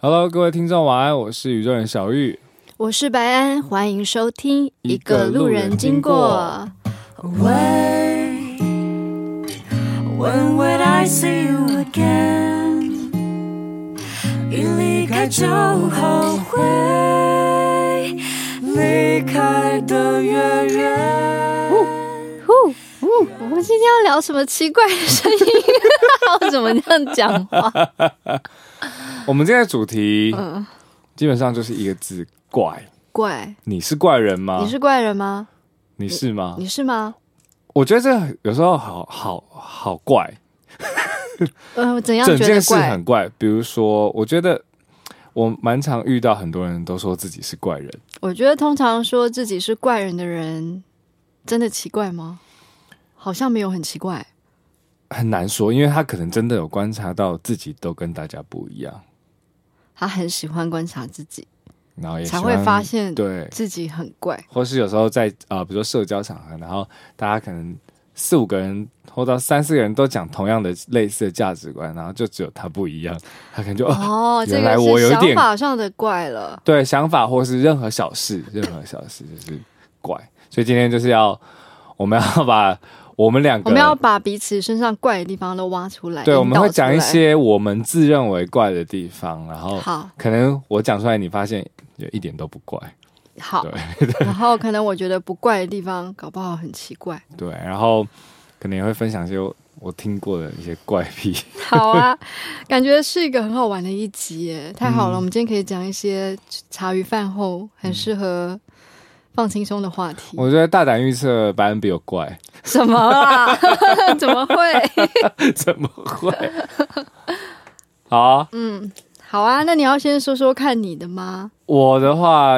Hello， 各位听众晚安，我是宇宙人小玉， 我是白安，欢迎收听一个路人经过。 When would I see you again？ 一离开就后悔，离开的越远。 我们今天要聊什么奇怪的声音？我怎么这样讲话？ 我们今天的主题，基本上就是一个字：怪。 怪？ 你是怪人吗？ 你是怪人吗？ 你是吗？ 你是吗？ 我觉得这有时候好怪。 怎样觉得怪？ 整件事很怪。比如说，我觉得我蛮常遇到很多人都说自己是怪人。 我觉得通常说自己是怪人的人，真的奇怪吗？好像没有很奇怪。 很难说，因为他可能真的有观察到自己都跟大家不一样。 他很喜欢观察自己， 然后也才会发现对自己很怪， 或是有时候在比如说社交场合，然后大家可能4-5个人或到3-4个人都讲同样的类似的价值观，然后就只有他不一样，他可能就这原来个是我有点想法上的怪了。 对，想法或是任何小事就是怪。所以今天就是我们要把彼此身上怪的地方都挖出来。 对，我们会讲一些我们自认为怪的地方，然后可能我讲出来你发现有一点都不怪。 好，对，然后可能我觉得不怪的地方搞不好很奇怪。 对，然后可能也会分享一些我听过的一些怪癖。 好啊，感觉是一个很好玩的一集耶，太好了，我们今天可以讲一些茶余饭后很适合放轻松的话题。 我觉得大胆预测白恩比我怪。 什么啊？怎么会？ 怎么会？好啊， 好啊，那你要先说说看你的吗？ 我的话，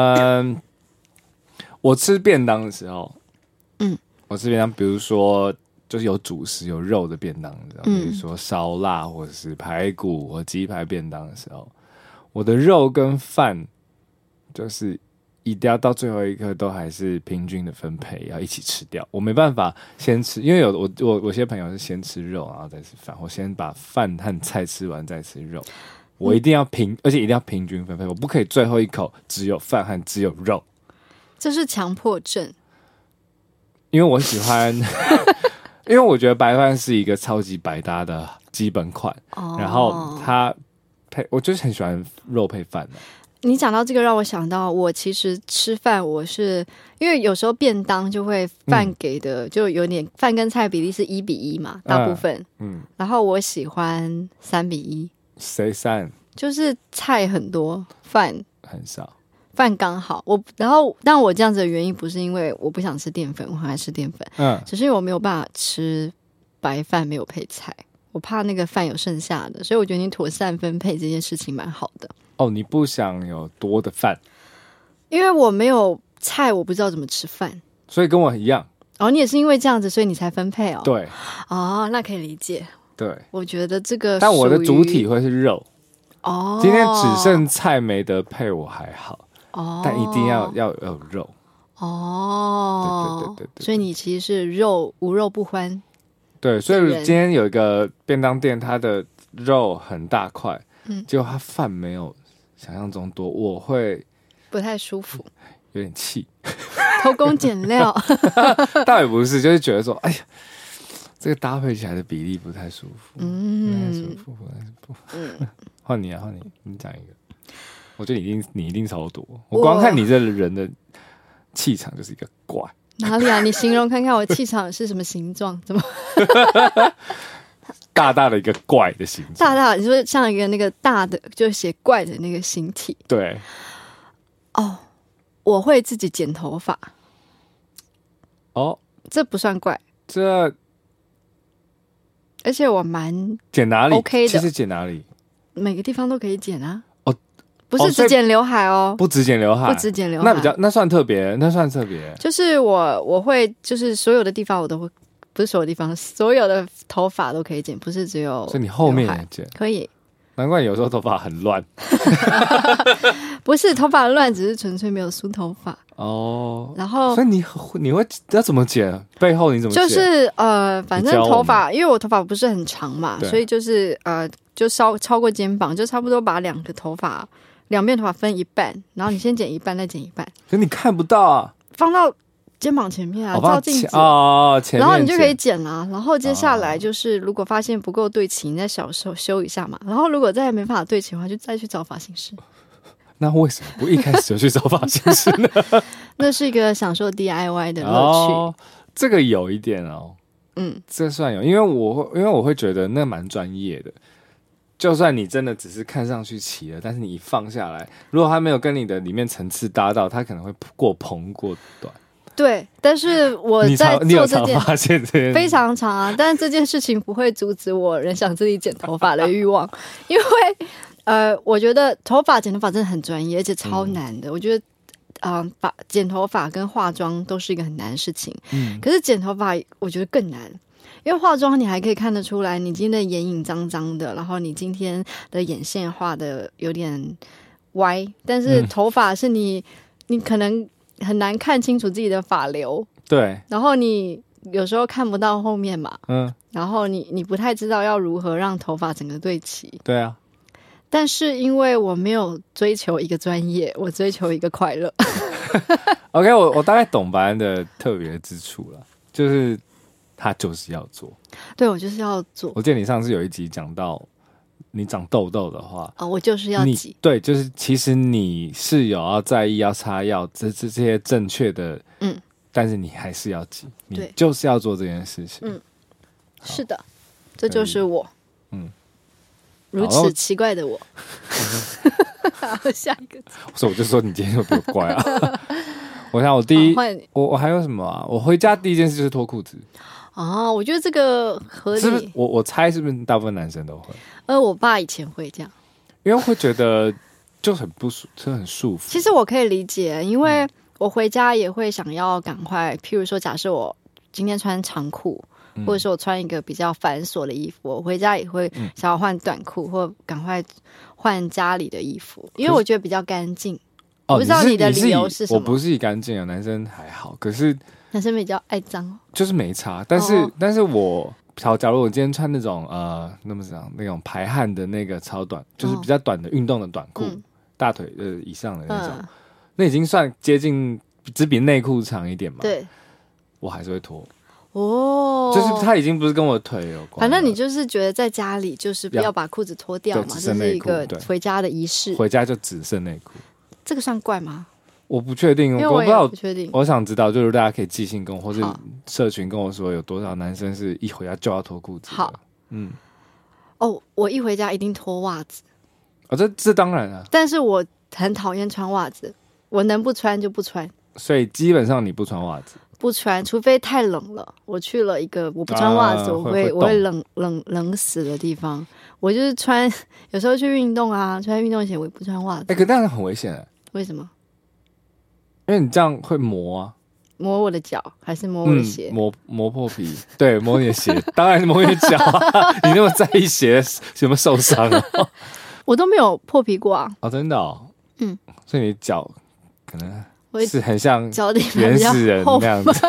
我吃便当的时候，我吃便当，比如说就是有主食有肉的便当，比如说烧腊或者是排骨或鸡排便当的时候，我的肉跟饭就是一定要到最后一刻都还是平均的分配，要一起吃掉。我没办法先吃，因为我些朋友是先吃肉然后再吃饭，我先把饭和菜吃完再吃肉。我一定要而且一定要平均分配，我不可以最后一口只有饭和只有肉。 这是强迫症。 因为我喜欢，因为我觉得白饭是一个超级百搭的基本款，然后我就是很喜欢肉配饭的。 你讲到这个让我想到，我其实吃饭因为有时候便当就会饭给的就有点饭跟菜比例是1:1嘛，大部分，然后我喜欢3:1。 谁3？ 就是菜很多，饭很少， 饭刚好。但我这样子的原因不是因为我不想吃淀粉，我很爱吃淀粉，只是因为我没有办法吃白饭没有配菜，我怕那个饭有剩下的，所以我觉得你妥善分配这件事情蛮好的。 你不想有多的饭？ 因为我没有菜，我不知道怎么吃饭， 所以跟我一样。 你也是因为这样子，所以你才分配哦。 对。 那可以理解。 对， 我觉得这个， 但我的主体会是肉。今天只剩菜没得配，我还好。但一定要有肉。对， 所以你其实是无肉不欢。 对，所以今天有一个便当店，它的肉很大块，结果它饭没有想象中多，我会不太舒服， 有点气， 偷工减料。 倒也不是，就是觉得说，哎呀，这个搭配起来的比例不太舒服，不太舒服。换你，你讲一个。我觉得你一定超多，我光看你这人的气场就是一个怪。 哪里啊？你形容看看我气场是什么形状？怎么？ 大大的一个怪的形状。 大，你说像一个那个大的，就写怪的那个形体。 对。 我会自己剪头发。这不算怪。而且我蛮剪哪里 OK 的。 其实剪哪里？ 每个地方都可以剪啊。不是只剪刘海不只剪刘海，那算特别， 就是我会，就是所有的地方我都会，不是所有地方，所有的头发都可以剪，不是只有。 所以你后面也剪可以。 难怪有时候头发很乱。 不是头发乱，只是纯粹没有梳头发。然后所以你会要怎么剪？背后你怎么剪？ 就是反正头发，因为我头发不是很长嘛，所以就是就超过肩膀，就差不多把两边头发分一半，然后你先剪一半，再剪一半。 可是你看不到啊， 放到肩膀前面啊，照镜子前面， 然后你就可以剪啦。然后接下来就是，如果发现不够对齐，你再小修一下嘛。然后如果再没办法对齐的话，就再去找发型师。 那为什么不一开始就去找发型师呢？ 那是一个享受 DIY 的乐趣。 这个有一点哦，这算有，因为我会觉得那蛮专业的。就算你真的只是看上去齐了，但是你一放下来，如果它没有跟你的里面层次搭到，它可能会过蓬过短。对， 但是我在做这件发现这件非常长啊，但是这件事情不会阻止我人想自己剪头发的欲望，因为我觉得剪头发真的很专业，而且超难的。我觉得剪头发跟化妆都是一个很难的事情，可是剪头发我觉得更难。因为化妆你还可以看得出来你今天的眼影脏脏的，然后你今天的眼线画的有点歪，但是头发是你可能很难看清楚自己的发流， 对， 然后你有时候看不到后面嘛，然后你不太知道要如何让头发整个对齐， 对啊。 但是因为我没有追求一个专业，我追求一个快乐。 OK， 我大概懂白安的特别之处了，就是他就是要做， 对，我就是要做。 我记得你上次有一集讲到，你长痘痘的话， 我就是要挤。 对，就是其实你是有要在意要擦药这些正确的，但是你还是要挤，你就是要做这件事情。 是的，这就是我，如此奇怪的我。好，下一个， 所以我就说你今天就比我怪啊。我想我我还有什么啊？我回家第一件事就是脱裤子。 我觉得这个合理。 是不是我猜是不是大部分男生都会？ 我爸以前会这样， 因为会觉得就很不舒，就很束缚。 其实我可以理解，因为我回家也会想要赶快，譬如说，假设我今天穿长裤，或者说我穿一个比较繁琐的衣服，我回家也会想要换短裤，或赶快换家里的衣服，因为我觉得比较干净。我不知道你的理由是什么？ 我不是以干净啊，男生还好，可是男生比较爱脏， 就是没差。但是我假如我今天穿那种那种排汗的那个超短，就是比较短的运动的短裤，大腿以上的那种，那已经算接近只比内裤长一点嘛。对，我还是会脱。就是他已经不是跟我腿有关， 反正你就是觉得在家里就是不要把裤子脱掉嘛，这是一个回家的仪式。 回家就只剩内裤， 这个算怪吗？ 我不确定， 因为我也不确定。 我想知道，就是大家可以寄信跟我，或是社群跟我说，有多少男生是一回家就要脱裤子？好， 我一回家一定脱袜子。 这当然了， 但是我很讨厌穿袜子，我能不穿就不穿。 所以基本上你不穿袜子。 不穿，除非太冷了。我去了一个我不穿袜子，我会冷死的地方。我就是穿，有时候去运动啊，穿运动鞋我也不穿袜子。 可这样很危险。 为什么？ 因为你这样会磨啊， 磨我的脚还是磨我的鞋？ 磨破皮，对，磨你的鞋，当然是磨你的脚啊。你那么在意鞋有没有受伤啊？ 我都没有破皮过啊。 真的哦。所以你脚可能。是很像原始人那样子，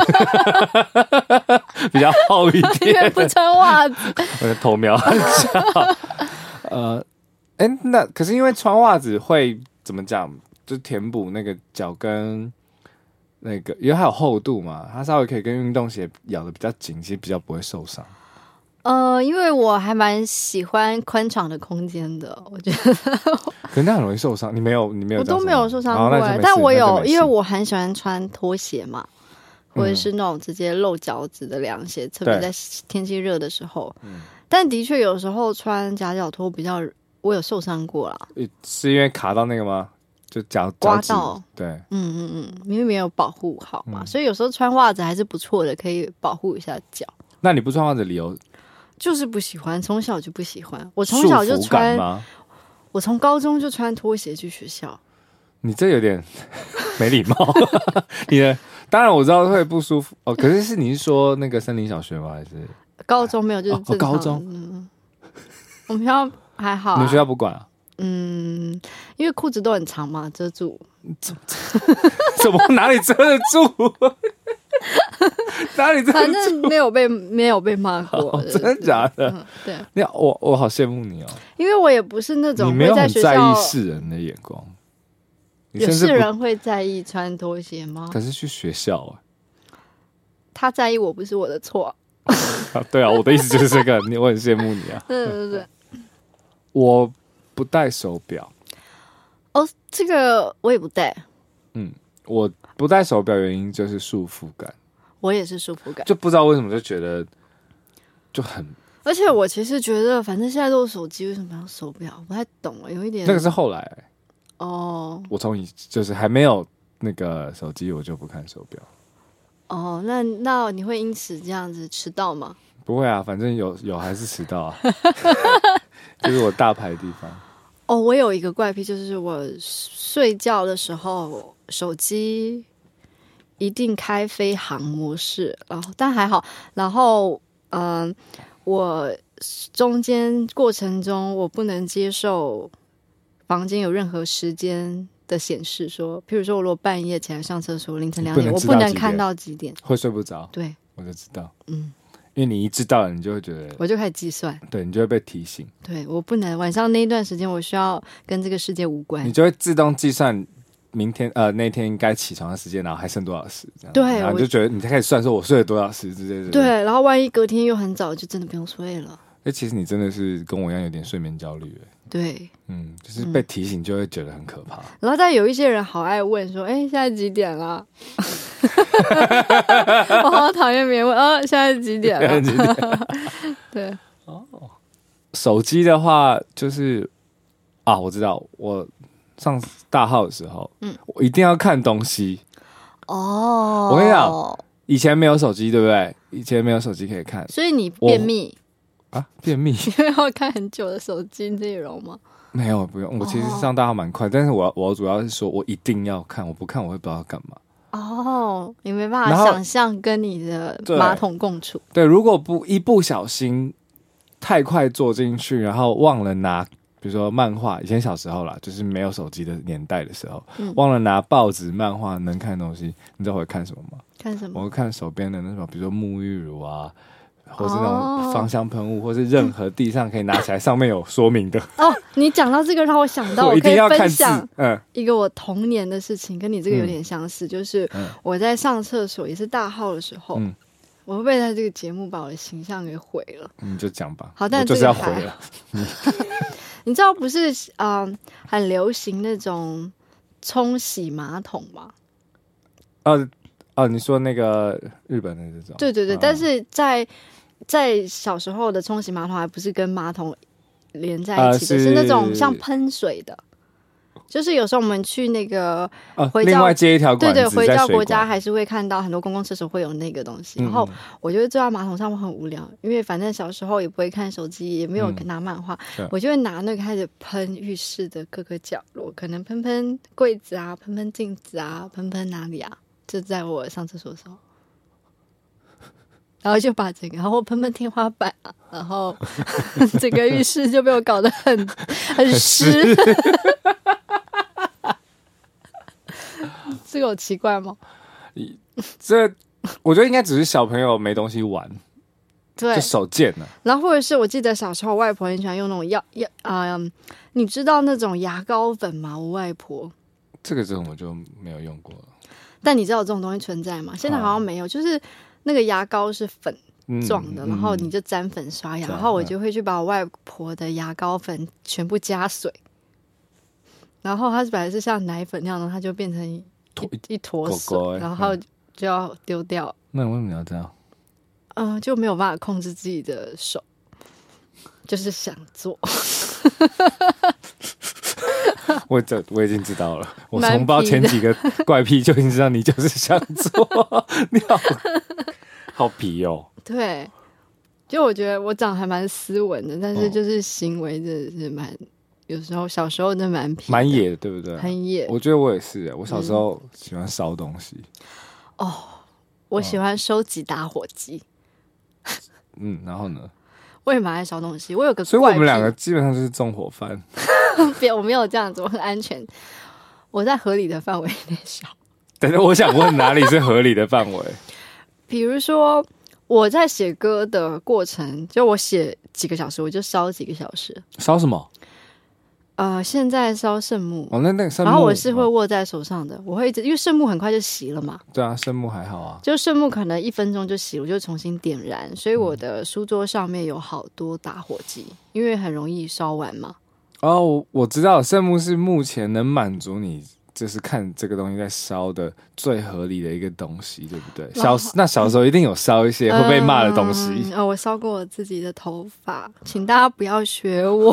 比较厚一点。 因为不穿袜子， 我的头瞄很小。那可是因为穿袜子会怎么讲？就填补那个脚跟那个，因为它有厚度嘛，它稍微可以跟运动鞋咬的比较紧，其实比较不会受伤。 因为我还蛮喜欢宽敞的空间的，我觉得。 可是那很容易受伤，你没有， 我都没有受伤过。但我有，因为我很喜欢穿拖鞋嘛，或者是那种直接露脚趾的凉鞋，特别在天气热的时候。但的确有时候穿夹脚拖比较，我有受伤过啦。 是因为卡到那个吗？就脚刮到？ 对， 因为没有保护好嘛，所以有时候穿袜子还是不错的，可以保护一下脚。 那你不穿袜子的理由？ 就是不喜欢，从小就不喜欢。我从小就穿，我从高中就穿拖鞋去学校。 你这有点没礼貌。你的当然我知道会不舒服可是你是说那个森林小学吗？还是高中没有？就是高中。 我们学校还好。 你们学校不管啊？ 因为裤子都很长嘛，遮住。 怎么哪里遮得住？ 哪里反正没有被骂过， 真的假的？ 对， 我好羡慕你哦， 因为我也不是那种你没有会很在意世人的眼光。 有世人会在意穿拖鞋吗？ 可是去学校啊， 他在意我不是我的错。 对啊，我的意思就是这个，我很羡慕你啊。 对， 我不戴手表。 哦，这个我也不戴。 我不戴手表原因就是束缚感。 我也是束缚感， 就不知道为什么就觉得就很。 而且我其实觉得，反正现在都有手机，为什么要手表？不太懂了，有一点。 那个是后来哦， 我就是还没有那个手机，我就不看手表。 哦，那你会因此这样子迟到吗？ 不会啊，反正有还是迟到啊。就是我大牌的地方。 哦，我有一个怪癖，就是我睡觉的时候手机一定开飞行模式，但还好。然后我中间过程中我不能接受房间有任何时间的显示，说，譬如说我如果半夜起来上厕所，凌晨2点，我不能看到几点， 会睡不着。 对， 我就知道，因为你一知道了，你就会觉得， 我就开始计算， 对，你就会被提醒。 对，我不能晚上那一段时间，我需要跟这个世界无关， 你就会自动计算明天那天应该起床的时间，然后还剩多少时，这样， 对， 然后你就觉得你才开始算说我睡了多少时之类的。 对，然后万一隔天又很早，就真的不用睡了。 其实你真的是跟我一样有点睡眠焦虑。 对， 就是被提醒就会觉得很可怕。 然后但有一些人好爱问说，现在几点了？我好讨厌别人问，现在几点了？对， 手机的话就是我知道，我上大号的时候，我一定要看东西。我跟你讲，以前没有手机，对不对？以前没有手机可以看， 所以你便秘便秘？ 因为要看很久的手机内容吗？ 没有，不用。我其实上大号蛮快，但是我主要是说我一定要看，我不看我会不知道干嘛。 你没办法想象跟你的马桶共处。 对，如果不小心太快坐进去，然后忘了拿，比如说漫画，以前小时候啦，就是没有手机的年代的时候，忘了拿报纸、漫画能看的东西，你知道我会看什么吗？ 看什么？ 我会看手边的那种，比如说沐浴乳啊，或是那种芳香喷雾，或是任何地上可以拿起来上面有说明的。 你讲到这个让我想到， 我一定要看字。 分享一个我童年的事情，跟你这个有点相似，就是我在上厕所也是大号的时候，我会不会在这个节目把我的形象给毁了？ 你就讲吧。 好，但就是要毁了。 你知道不是很流行那种冲洗马桶吗？ 你说那个日本的这种？ 对，但是在小时候的冲洗马桶还不是跟马桶连在一起的，是那种像喷水的。就是有时候我们去那个另外接一条管子， 对，回教国家还是会看到很多公共厕所会有那个东西。然后我就会坐在马桶上，我很无聊，因为反正小时候也不会看手机，也没有拿漫画，我就会拿那个开始喷浴室的各个角落，可能喷喷柜子啊，喷喷镜子啊，喷喷哪里啊，就在我上厕所的时候。然后就把整个，然后喷喷天花板啊，然后整个浴室就被我搞得很湿。这个有奇怪吗？ 这我觉得应该只是小朋友没东西玩， 对， 就手贱了。 然后或者是我记得小时候，我外婆很喜欢用那种你知道那种牙膏粉吗？我外婆这个我就没有用过了。 但你知道有这种东西存在吗？现在好像没有，就是那个牙膏是粉状的，然后你就沾粉刷牙，然后我就会去把我外婆的牙膏粉全部加水，然后它本来是像奶粉那样的，它就变成一坨水，然后就要丢掉。 那你为什么要这样？ 就没有办法控制自己的手，就是想做。 我已经知道了，我从包前几个怪癖就已经知道你就是想做，你好皮哦。 对，就我觉得我长得还蛮斯文的，但是就是行为真的是有时候小时候真的蛮皮， 蛮野的，对不对？ 很野。 我觉得我也是，我小时候喜欢烧东西。 我喜欢收集打火机。 然后呢？ 我也蛮爱烧东西。我有个怪癖， 所以我们两个基本上就是纵火犯。 我没有这样子，我很安全，我在合理的范围内烧。 但是我想问，哪里是合理的范围？ 比如说我在写歌的过程，就我写几个小时，我就烧几个小时。 烧什么？ 现在烧圣木。 哦，那个圣木， 然后我是会握在手上的，我会一直，因为圣木很快就熄了嘛。 对啊，圣木还好啊， 就圣木可能1分钟就熄，我就重新点燃。所以我的书桌上面有好多打火机，因为很容易烧完嘛。 哦，我知道圣木是目前能满足你就是看这个东西在烧的最合理的一个东西，对不对？那小时候一定有烧一些会被骂的东西。 我烧过我自己的头发，请大家不要学我。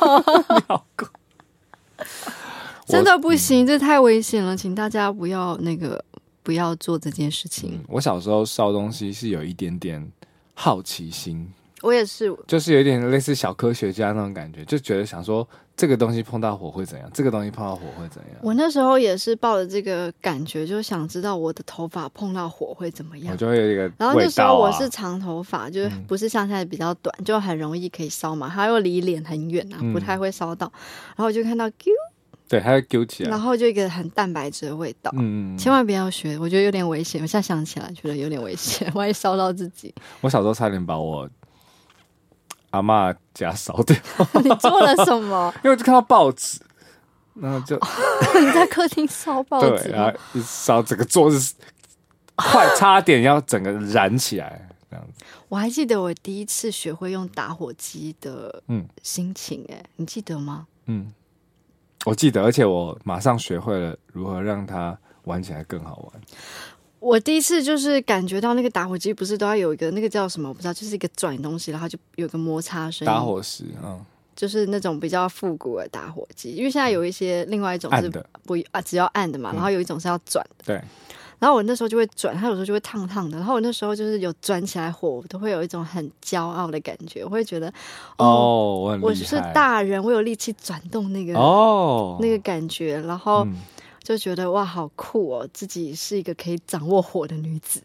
真的不行，这太危险了，请大家不要做这件事情。 我小时候烧东西是有一点点好奇心。 我也是， 就是有点类似小科学家那种感觉，就觉得想说这个东西碰到火会怎样，这个东西碰到火会怎样。 我那时候也是抱着这个感觉，就想知道我的头发碰到火会怎么样。 我就会有一个味道啊。 然后那时候我是长头发，就是不是像现在比较短，就很容易可以烧嘛，它又离脸很远啊，不太会烧到。然后我就看到啾， 对，它会揪起来， 然后就一个很蛋白质的味道。千万不要学，我觉得有点危险。我现在想起来觉得有点危险，万一烧到自己。 我小时候差点把我阿嬷家烧掉。 你做了什么？ 因为我就看到报纸，然后就你在客厅烧报纸， 对，然后一烧整个桌子，差点要整个燃起来这样子。 我还记得我第一次学会用打火机的心情，你记得吗？ 我记得，而且我马上学会了如何让它玩起来更好玩。 我第一次就是感觉到那个打火机不是都要有一个那个叫什么我不知道，就是一个转东西，然后就有个摩擦声音。 打火石， 就是那种比较复古的打火机，因为现在有一些另外一种是只要按的嘛，然后有一种是要转的。 对。 然后我那时候就会转，它有时候就会烫烫的。然后我那时候就是有转起来火，我都会有一种很骄傲的感觉，我会觉得我是大人，我有力气转动那个那个感觉，然后就觉得哇，好酷哦！自己是一个可以掌握火的女子，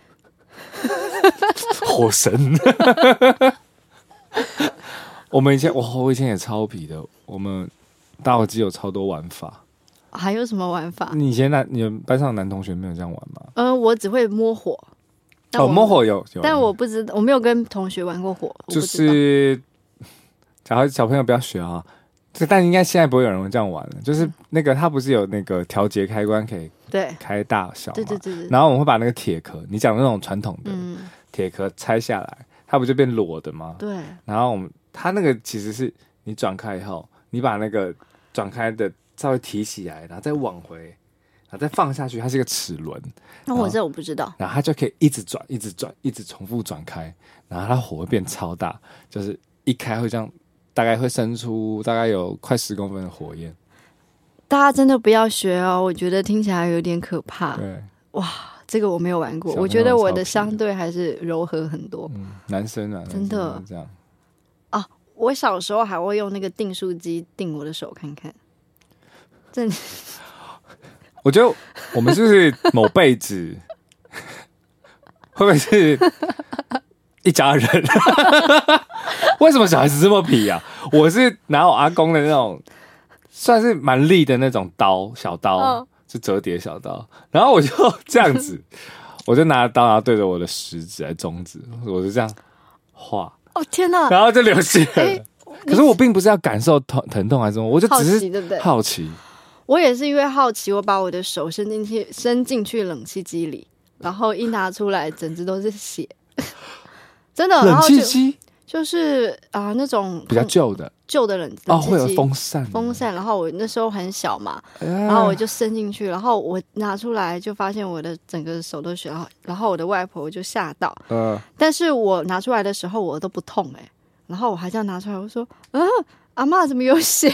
火神。我以前也超皮的，我们打火机有超多玩法。 还有什么玩法？ 你们班上的男同学没有这样玩吗？ 我只会摸火。 摸火有， 但我不知道，我没有跟同学玩过火。 就是小朋友不要学啊。但应该现在不会有人这样玩了。就是那个它不是有那个调节开关可以开大小吗？对。然后我们会把那个铁壳，你讲的那种传统的铁壳拆下来，它不就变裸的吗？ 对。 然后它那个其实是你转开以后，你把那个转开的稍微提起来，然后再往回，然后再放下去，它是一个齿轮。 我不知道。 然后它就可以一直转，一直转，一直重复转开，然后它火会变超大，就是一开会这样，大概会生出大概有快10公分的火焰。 大家真的不要学哦，我觉得听起来有点可怕。 对， 哇，这个我没有玩过，我觉得我的相对还是柔和很多。 男生啊， 真的这样啊！我小时候还会用那个订书机订我的手看看。 我觉得我们是不是某辈子会不会是一家人？为什么小孩子这么皮啊？我是拿我阿公的那种算是蛮利的那种小刀，是折叠小刀，然后我就这样子，我就拿刀，然后对着我的食指还中指，我就这样画。 哦天哪！ 然后就流血了。可是我并不是要感受疼痛还是什么，我就只是好奇。 我也是因为好奇，我把我的手伸进去冷气机里，然后一拿出来，整只都是血，真的。 冷气机就是那种比较旧的冷气机会有风扇。 然后我那时候很小嘛，然后我就伸进去，然后我拿出来就发现我的整个手都血，然后我的外婆就吓到。但是我拿出来的时候我都不痛然后我还这样拿出来，我说阿嬷怎么有血？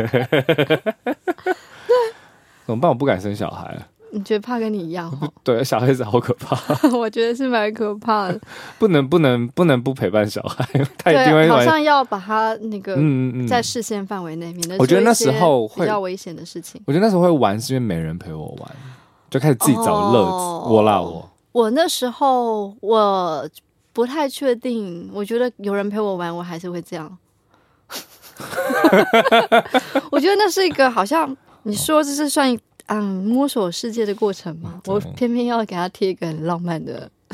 怎么办？我不敢生小孩了。 你觉得怕跟你一样？ 对，小孩子好可怕。 我觉得是蛮可怕的。 不能不陪伴小孩，他一定会好像要把他那个在视线范围内，免得我觉得那时候比较危险的事情。 我觉得那时候会玩，是因为没人陪我玩，就开始自己找乐子。 我那时候我不太确定，我觉得有人陪我玩，我还是会这样。我觉得那是一个好像你说这是算摸索世界的过程吗？我偏偏要给他贴一个很浪漫的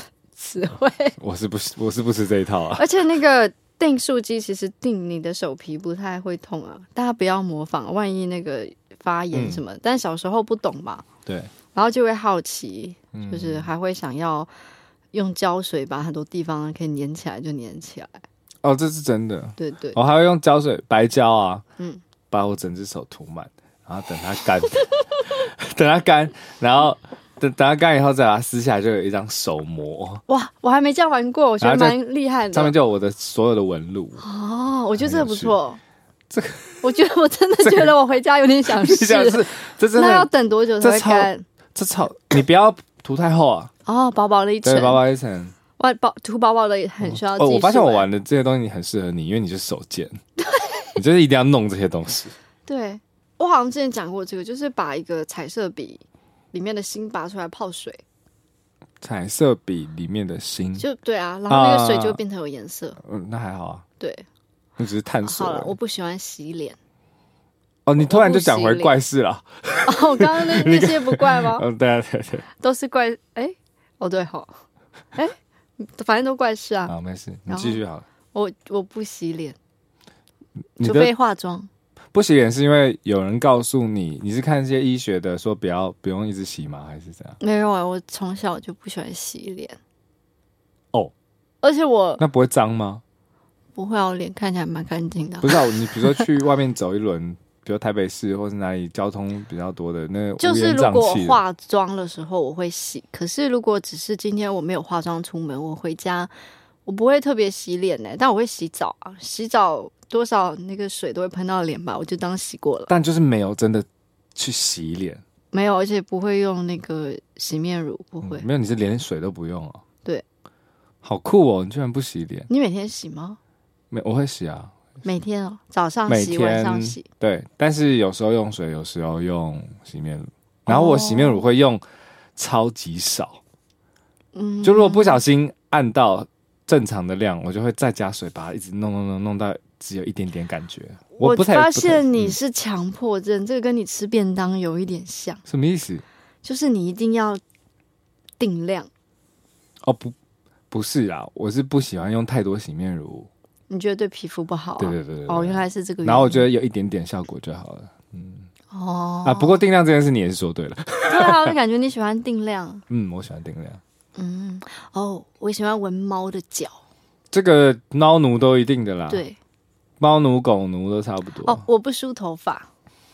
词汇。 我是不吃这一套啊。 而且那个订书机其实订你的手皮不太会痛啊，大家不要模仿，万一那个发炎什么。但小时候不懂嘛， 对， 然后就会好奇，就是还会想要用胶水把很多地方可以粘起来就粘起来。 哦，这是真的。 对对， 我还会用胶水白胶啊，把我整只手涂满，然后等它干，等它干，然后等它干以后再把它撕下来，就有一张手膜。 哇，我还没这样玩过，我觉得蛮厉害的。 上面就有我的所有的纹路。 哦，我觉得这个不错。这个，我觉得我真的觉得我回家有点想试。 这真的， 那要等多久才会干？ 这超，你不要涂太厚啊。 哦，薄薄的一层， 对，薄薄一层。 涂薄薄的也很需要技术。 我发现我玩的这些东西很适合你，因为你是手贱，你就是一定要弄这些东西。 对，我好像之前讲过这个，就是把一个彩色笔里面的芯拔出来泡水。 彩色笔里面的芯， 就对啊，然后那个水就会变成有颜色。 那还好啊。 对， 你只是探索。 好了，我不喜欢洗脸。 哦，你突然就讲回怪事了。 哦，我刚刚那些不怪吗？ 对啊，对对， 都是怪。哦对吼，反正都怪事啊。 好，没事，你继续好了。 我不洗脸，除非化妆。 不洗脸是因为有人告诉你，你是看一些医学的说不用一直洗吗？还是怎样？ 没有啊，我从小就不喜欢洗脸。 哦， 而且那不会脏吗？ 不会啊，我脸看起来蛮干净的。 不是啊，你比如说去外面走一轮，比如台北市或是哪里交通比较多的那个就是如果化妆的时候我会洗，可是如果只是今天我没有化妆出门，我回家我不会特别洗脸呢，但我会洗澡啊，洗澡多少那个水都会喷到脸吧，我就当洗过了。 但就是没有真的去洗脸， 没有，而且不会用那个洗面乳，不会。 没有，你是连水都不用哦。 对， 好酷哦！你居然不洗脸？ 你每天洗吗？ 我会洗啊。 每天哦，早上洗，晚上洗。 对，但是有时候用水，有时候用洗面乳。然后我洗面乳会用超级少，就如果不小心按到正常的量，我就会再加水把它一直弄到只有一点点感觉。 我发现你是强迫症，这个跟你吃便当有一点像。 什么意思？就是你一定要定量。 哦，不是啊，我是不喜欢用太多洗面乳。 你觉得对皮肤不好啊？ 对。 哦，原来是这个原因。 然后我觉得有一点点效果就好了。不过定量这件事你也是说对了。 对啊，我感觉你喜欢定量。 我喜欢定量。 我喜欢闻猫的脚。这个猫奴都一定的啦。 对， 猫奴、狗奴都差不多。 哦，我不梳头发。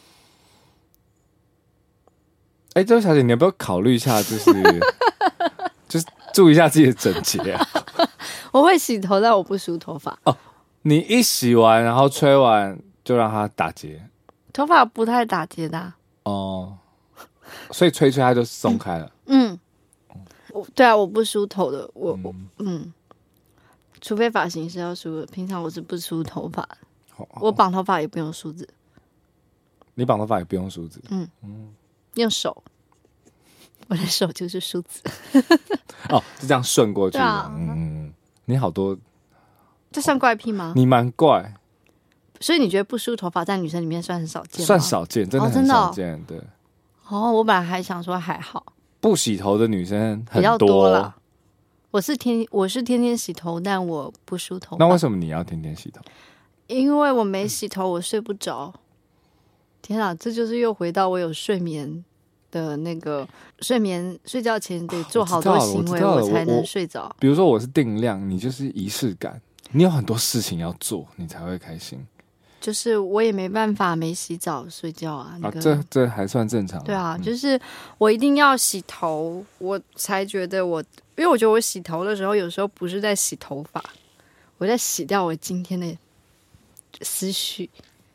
这位小姐，你要不要考虑一下，就是注意一下自己的整洁啊？ 我会洗头，但我不梳头发。 哦，你一洗完，然后吹完就让它打结。 头发不太打结的啊。 哦，所以吹它就松开了。 对啊，我不梳头的，除非发型师要梳的，平常我是不梳头发的。我绑头发也不用梳子。 你绑头发也不用梳子？ 用手，我的手就是梳子。 哦，就这样顺过去的。啊、你好多， 这算怪癖吗？ 你蛮怪。 所以你觉得不梳头发在女生里面算很少见吗？ 算少见，真的很少见。对。 哦，我本来还想说还好。 不洗头的女生很比较多啦。我是天天洗头，但我不梳头发。 那为什么你要天天洗头？ 因为我没洗头，我睡不着。天啊，这就是又回到我有睡眠的那个睡觉前得做好多行为，我才能睡着。 比如说我是定量，你就是仪式感，你有很多事情要做，你才会开心。 就是我也没办法没洗澡睡觉啊。 这还算正常。 对啊，就是我一定要洗头，我才觉得因为我觉得我洗头的时候，有时候不是在洗头发，我在洗掉我今天的思绪。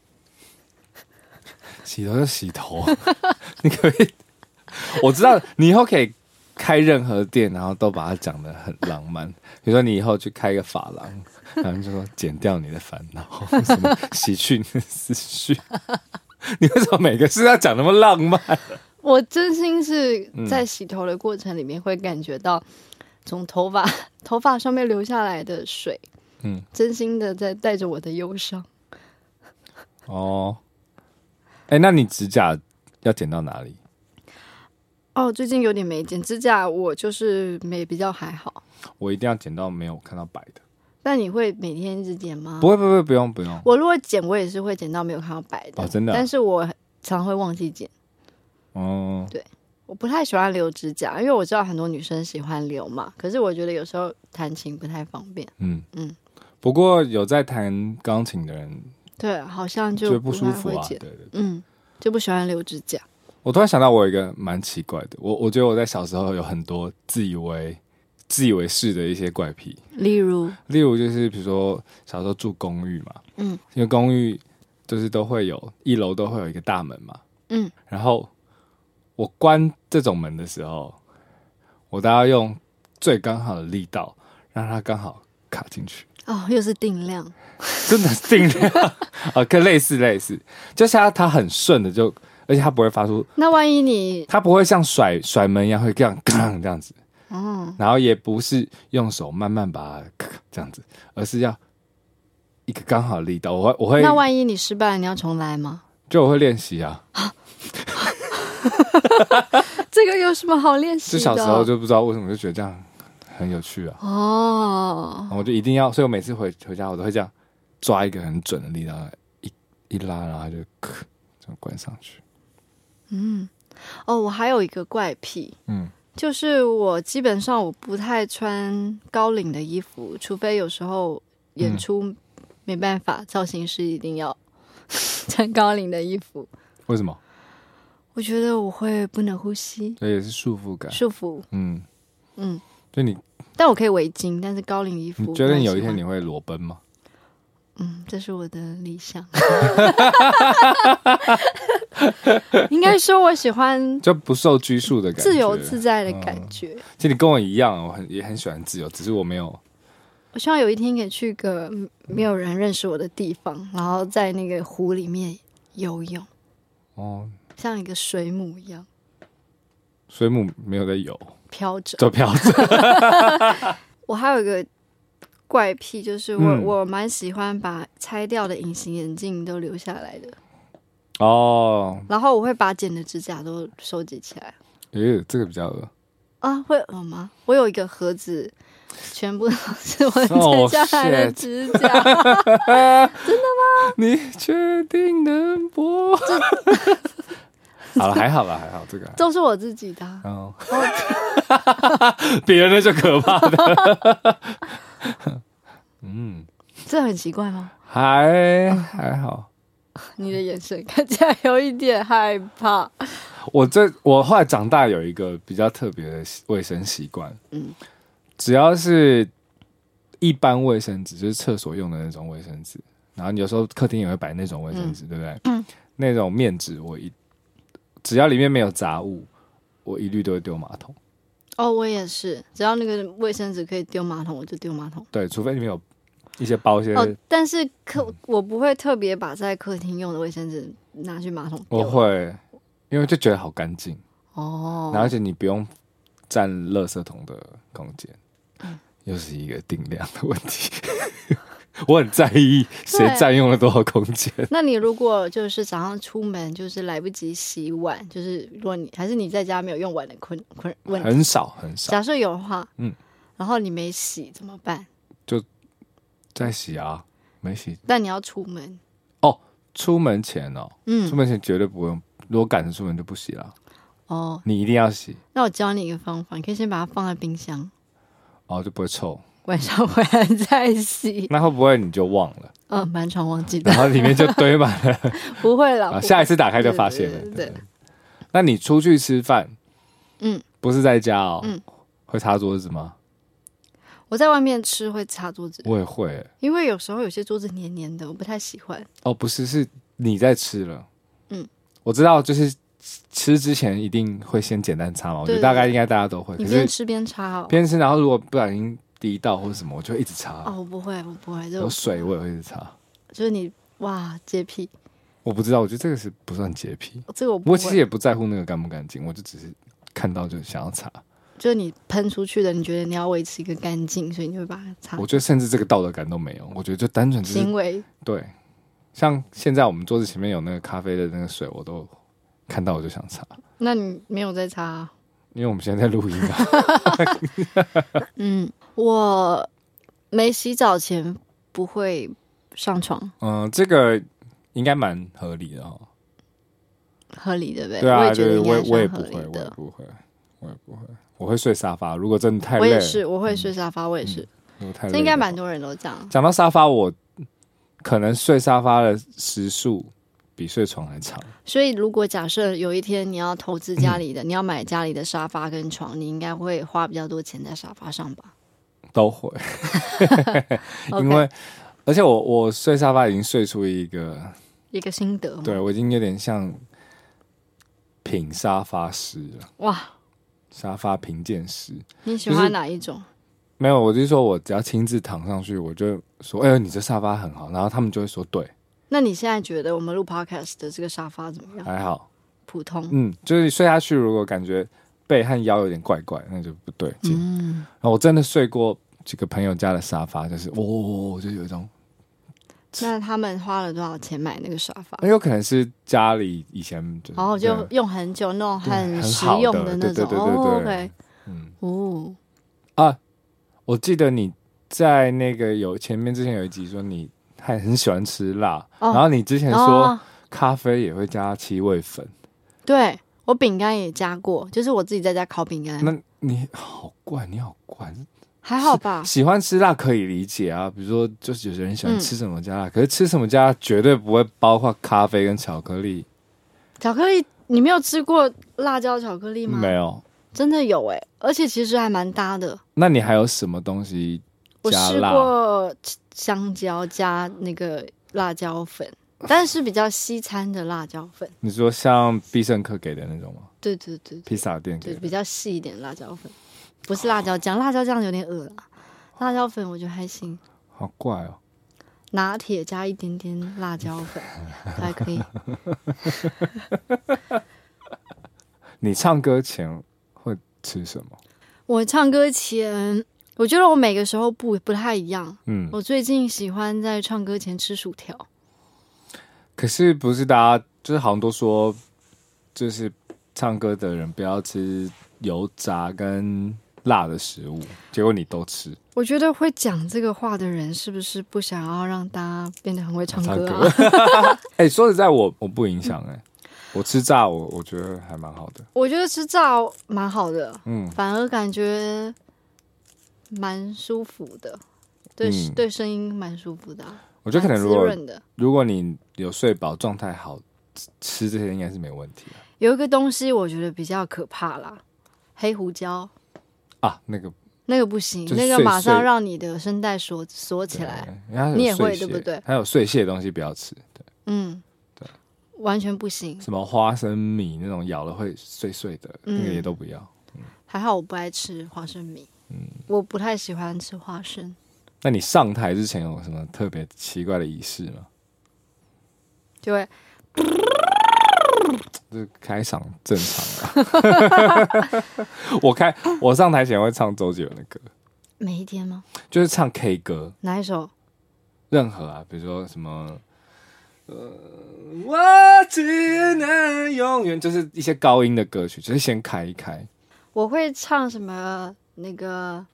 洗头就洗头，你可以，我知道你以后可以开任何店，然后都把它讲得很浪漫。比如说你以后去开一个发廊，然后就说剪掉你的烦恼，什么洗去你的思绪。你为什么每个事要讲那么浪漫？ 我真心是在洗头的过程里面会感觉到从头发上面流下来的水，真心的在带着我的忧伤。 哦。那你指甲要剪到哪里？ 最近有点没剪指甲，我就是比较还好。 我一定要剪到没有看到白的。 那你会每天一直剪吗？ 不会，不用。 我如果剪，我也是会剪到没有看到白的。 哦，真的但是我常会忘记剪。 哦， 对，我不太喜欢留指甲，因为我知道很多女生喜欢留嘛。可是我觉得有时候弹琴不太方便。 不过有在弹钢琴的人， 对，好像就不舒服啊。对， 就不喜欢留指甲。 我突然想到，我有一个蛮奇怪的，我觉得我在小时候有很多自以为是的一些怪癖， 例如就是比如说小时候住公寓嘛，因为公寓就是都会有1楼都会有一个大门嘛，然后我关这种门的时候，我都要用最刚好的力道，让它刚好卡进去。 哦，又是定量， 真的是定量啊，跟类似，就是它很顺的就，而且它不会发出。 那万一它不会像甩门一样会这样这样子，然后也不是用手慢慢把它这样子，而是要一个刚好的力道。我会。 那万一你失败了，你要重来吗？ 就我会练习啊。 这个有什么好练习的？ 就小时候就不知道为什么就觉得这样很有趣啊。哦，我就一定要，所以我每次回家我都会这样抓一个很准的力道，一拉，然后就这样关上去。 我还有一个怪癖，就是我基本上我不太穿高领的衣服，除非有时候演出没办法，造型师一定要穿高领的衣服。 为什么？ 我觉得我会不能呼吸， 这也是束缚感。 束缚， 就你， 但我可以围巾，但是高领衣服， 你觉得你有一天你会裸奔吗？ 这是我的理想。应该说我喜欢就不受拘束的感觉， 自由自在的感觉。 其实你跟我一样，也很喜欢自由，只是我没有。 我希望有一天可以去个没有人认识我的地方，然后在那个湖里面游泳。像一个水母一样。 水母没有在游， 飘着， 就飘着。 我还有一个怪癖，就是我蛮喜欢把拆掉的隐形眼镜都留下来的。然后我会把剪的指甲都收集起来。 这个比较恶啊，会恶吗？我有一个盒子，全部都是我剪下来的指甲。真的吗？ 你确定能播？好了，还好，这个都是我自己的。 别人的就可怕的。 这很奇怪吗？ 还好。 你的眼神看起来有一点害怕。 我后来长大有一个比较特别的卫生习惯，只要是一般卫生纸，就是厕所用的那种卫生纸，然后有时候客厅也会摆那种卫生纸，对不对？那种面纸只要里面没有杂物，我一律都会丢马桶。 我也是，只要那个卫生纸可以丢马桶，我就丢马桶。 对，除非里面有一些包些。 但是我不会特别把在客厅用的卫生纸拿去马桶丢。 我会，因为就觉得好干净。然后而且你不用占垃圾桶的空间，又是一个定量的问题。我很在意谁占用了多少空间。 那你如果就是早上出门就是来不及洗碗，就是如果你在家没有用碗的问题， 很少。 假设有的话，然后你没洗怎么办？ 就再洗啊，没洗。 但你要出门出门前出门前绝对不用，如果赶着出门就不洗了。你一定要洗。 那我教你一个方法，你可以先把它放在冰箱， 就不会臭。 晚上回来再洗。 那会不会你就忘了？ 蛮常忘记的。 然后里面就堆满了。 不会啦， 下一次打开就发现了。对。那你出去吃饭，不是在家会擦桌子吗？ 我在外面吃会擦桌子。 我也会， 因为有时候有些桌子黏黏的，我不太喜欢。 不是，是你在吃了。我知道，就是吃之前一定会先简单擦嘛。我觉得大概应该大家都会。 你边吃边擦边吃，然后如果不小心滴到或者什么，我就会一直擦。 我不会， 有水我也会一直擦。 就是你洁癖。 我不知道，我觉得这个是不算洁癖。 这个我不会。 我其实也不在乎那个干不干净，我就只是看到就想要擦。 就是你喷出去的，你觉得你要维持一个干净，所以你会把它擦。 我觉得甚至这个道德感都没有，我觉得就单纯就是行为。 对，像现在我们桌子前面有那个咖啡的那个水，我都看到我就想擦。 那你没有在擦因为我们现在在录音嘛。 我没洗澡前不会上床。 这个应该蛮合理的哦。 合理对不对？ 对啊， 我也觉得应该我也不会， 算合理的。 我会睡沙发。如果真的太累， 我也是，我会睡沙发，我也是。这应该蛮多人都这样。 讲到沙发，我可能睡沙发的时数比睡床还长。 所以，如果假设有一天你要投资家里的，你要买家里的沙发跟床，你应该会花比较多钱在沙发上吧？ 都会，因为而且我睡沙发已经睡出一个心得， 对我已经有点像品沙发师了。哇，沙发评鉴师， 你喜欢哪一种？ 没有，我就是说我只要亲自躺上去，我就说：“哎呦，你这沙发很好。”然后他们就会说：“对。” 那你现在觉得我们录 podcast 的这个沙发怎么样？ 还好， 普通。 就是睡下去，如果感觉背和腰有点怪怪，那就不对劲。然后我真的睡过几个朋友家的沙发，就是就有一种。 那他们花了多少钱买那个沙发？ 有可能是家里以前就用很久那种很实用的那种。OK， 我记得你在那个之前有一集说你还很喜欢吃辣，然后你之前说咖啡也会加七味粉。 对，我饼干也加过，就是我自己在家烤饼干。 那你好怪， 还好吧？ 喜欢吃辣可以理解啊，比如说就是有些人喜欢吃什么加辣，可是吃什么加辣绝对不会包括咖啡跟巧克力。 巧克力，你没有吃过辣椒巧克力吗？ 没有，真的有而且其实还蛮搭的。 那你还有什么东西加辣？ 我试过香蕉加那个辣椒粉，但是比较西餐的辣椒粉。 你说像必胜客给的那种吗？ 对， 披萨店给的， 对，比较细一点的辣椒粉。不是辣椒酱，辣椒酱有点恶啦。辣椒粉我觉得还行。 好怪哦。 拿铁加一点点辣椒粉还可以。 你唱歌前会吃什么？ 我唱歌前，我觉得我每个时候不太一样。我最近喜欢在唱歌前吃薯条。 可是不是大家就是好像都说，就是唱歌的人不要吃油炸跟辣的食物，结果你都吃。 我觉得会讲这个话的人是不是不想要让大家变得很会唱歌啊？ 说实在我不影响我吃炸我觉得还蛮好的。我觉得吃炸蛮好的，反而感觉蛮舒服的，对声音蛮舒服的。 我觉得可能如果你有睡饱状态好，吃这些应该是没问题。 有一个东西我觉得比较可怕啦，黑胡椒。 那个不行，那个马上让你的声带锁起来，你也会对不对？ 还有碎屑的东西不要吃，对， 对，完全不行。 什么花生米那种咬了会碎碎的，那个也都不要。 还好我不爱吃花生米，我不太喜欢吃花生。 那你上台之前有什么特别奇怪的仪式吗？ 就会。 就是开场正常啊。我上台前会唱周杰伦的歌。 每一天吗？ 就是唱 K 歌。 哪一首？ 任何啊，比如说什么我只能永远，就是一些高音的歌曲，就是先开一开。 我会唱什么那个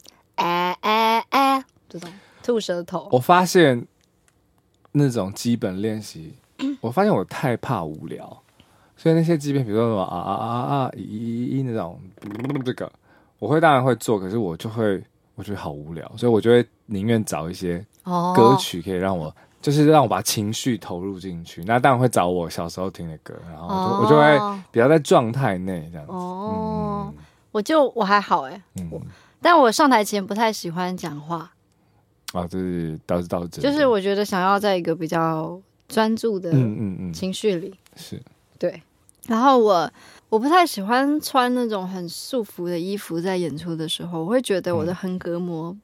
这种吐舌头。 我发现那种基本练习，我发现我太怕无聊。所以那些基本，比如说什么那种这个，我当然会做，可是我觉得好无聊，所以我就会宁愿找一些歌曲可以让我，就是让我把情绪投入进去。那当然会找我小时候听的歌，然后我就会比较在状态内这样子。 我还好但我上台前不太喜欢讲话。 这是倒是就是我觉得想要在一个比较专注的情绪里。 是。 对，然后我不太喜欢穿那种很束缚的衣服，在演出的时候，我会觉得我的横膈膜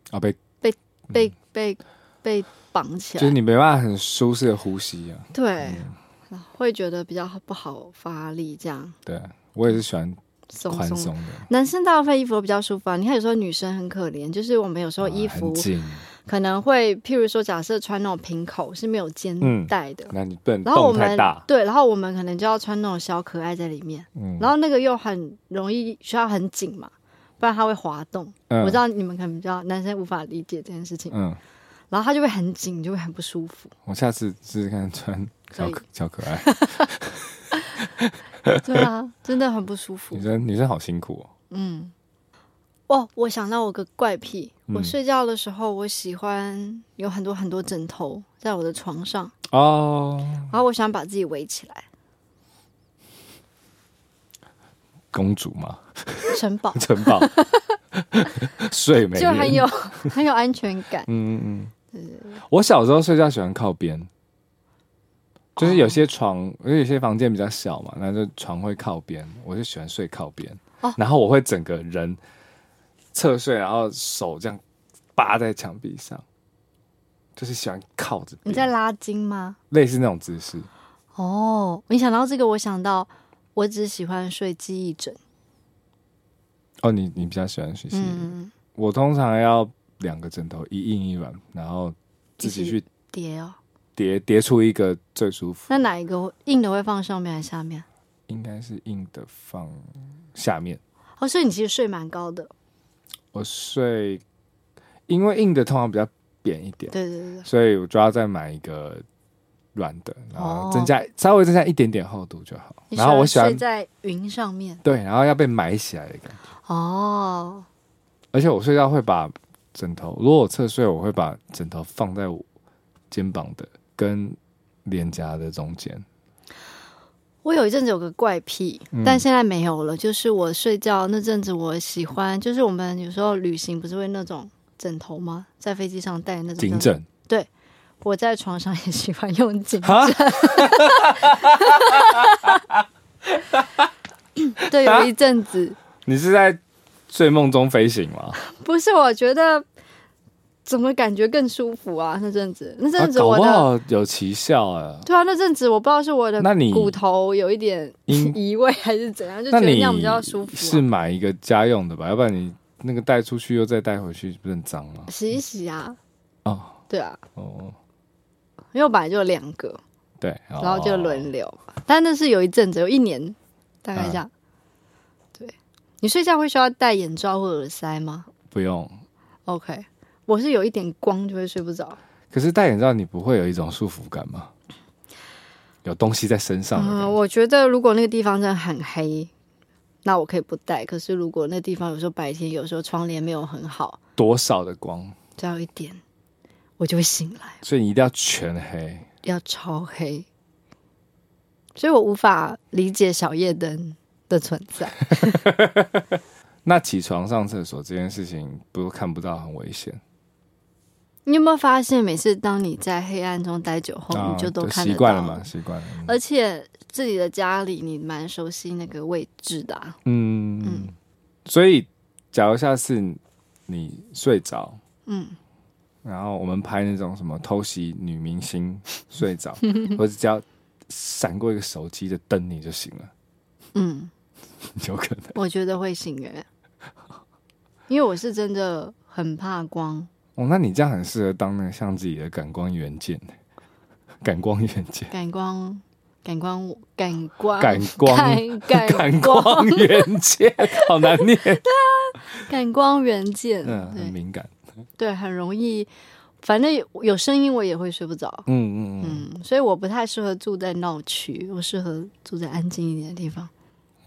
被绑起来， 就是你没办法很舒适的呼吸啊。 对，会觉得比较不好发力这样。 对，我也是喜欢宽松的。 男生大部分衣服都比较舒服啊。你看有时候女生很可怜，就是我们有时候衣服可能会譬如说假设穿那种平口是没有肩带的， 那你不能动太大。 对，然后我们可能就要穿那种小可爱在里面，然后那个又很容易需要很紧嘛，不然它会滑动。我知道你们可能比较男生无法理解这件事情，然后它就会很紧，就会很不舒服。 我下次试试看穿小可爱。 对啊，真的很不舒服。 女生好辛苦哦。我想到我个怪癖，我睡觉的时候我喜欢有很多很多枕头在我的床上哦，然后我想把自己围起来。 公主吗？ 城堡睡美人就很有安全感。 我小时候睡觉喜欢靠边，就是有些床，因为有些房间比较小嘛，那就床会靠边，我就喜欢睡靠边。然后我会整个人侧睡，然后手这样扒在墙壁上，就是喜欢靠着边。 你在拉筋吗？ 类似那种姿势。 哦，你想到这个，我想到我只喜欢睡记忆枕。 哦，你比较喜欢睡记忆枕？我通常要2个枕头，一硬一软，然后自己去叠哦， 叠出一个最舒服。 那哪一个硬的会放上面还是下面？ 应该是硬的放下面。 哦，所以你其实睡蛮高的。 我睡，因为硬的通常比较扁一点， 对， 所以我就要再买一个软的，然后稍微增加一点点厚度就好。然后我喜欢睡在云上面， 对，然后要被埋起来的感觉。哦，而且我睡觉会把枕头，如果我侧睡，我会把枕头放在我肩膀的跟脸颊的中间。 我有一阵子有个怪癖，但现在没有了。就是我睡觉那阵子，我喜欢，就是我们有时候旅行不是会那种枕头吗？在飞机上带那种颈枕。 对，我在床上也喜欢用颈枕。对，有一阵子。 你是在睡梦中飞行吗？ 不是，我觉得怎么感觉更舒服啊？那阵子我的搞不好有奇效啊。 对啊，那阵子我不知道是我的骨头有一点移位还是怎样，就觉得那样比较舒服。 是买一个家用的吧？要不然你那个带出去又再带回去，不是很脏吗？ 洗一洗啊。 哦， 对啊。哦，因为我本来就有2个， 对， 然后就轮流。但那是有一阵子，有1年大概这样。对，你睡觉会需要戴眼罩或耳塞吗？ 不用。 OK。我是有一点光就会睡不着。 可是戴眼罩你不会有一种束缚感吗？有东西在身上的感觉。 我觉得如果那个地方真的很黑，那我可以不戴。可是如果那地方有时候白天，有时候窗帘没有很好， 多少的光， 只要一点，我就会醒来。 所以你一定要全黑， 要超黑。所以我无法理解小夜灯的存在。 那起床上厕所这件事情，不是看不到很危险？ 你有没有发现，每次当你在黑暗中待久后，你就都看得到？ 习惯了嘛，习惯了。 而且自己的家里，你蛮熟悉那个位置的啊。 所以，假如下次你睡着，然后我们拍那种什么偷袭女明星睡着，或者只要闪过一个手机的灯，你就醒了。有可能。 我觉得会醒耶，因为我是真的很怕光。 哦，那你这样很适合当那个像自己的感光元件，感光元件，感光元件，好难念。对啊，感光元件， 很敏感， 对，很容易，反正有声音我也会睡不着。所以我不太适合住在闹区，我适合住在安静一点的地方。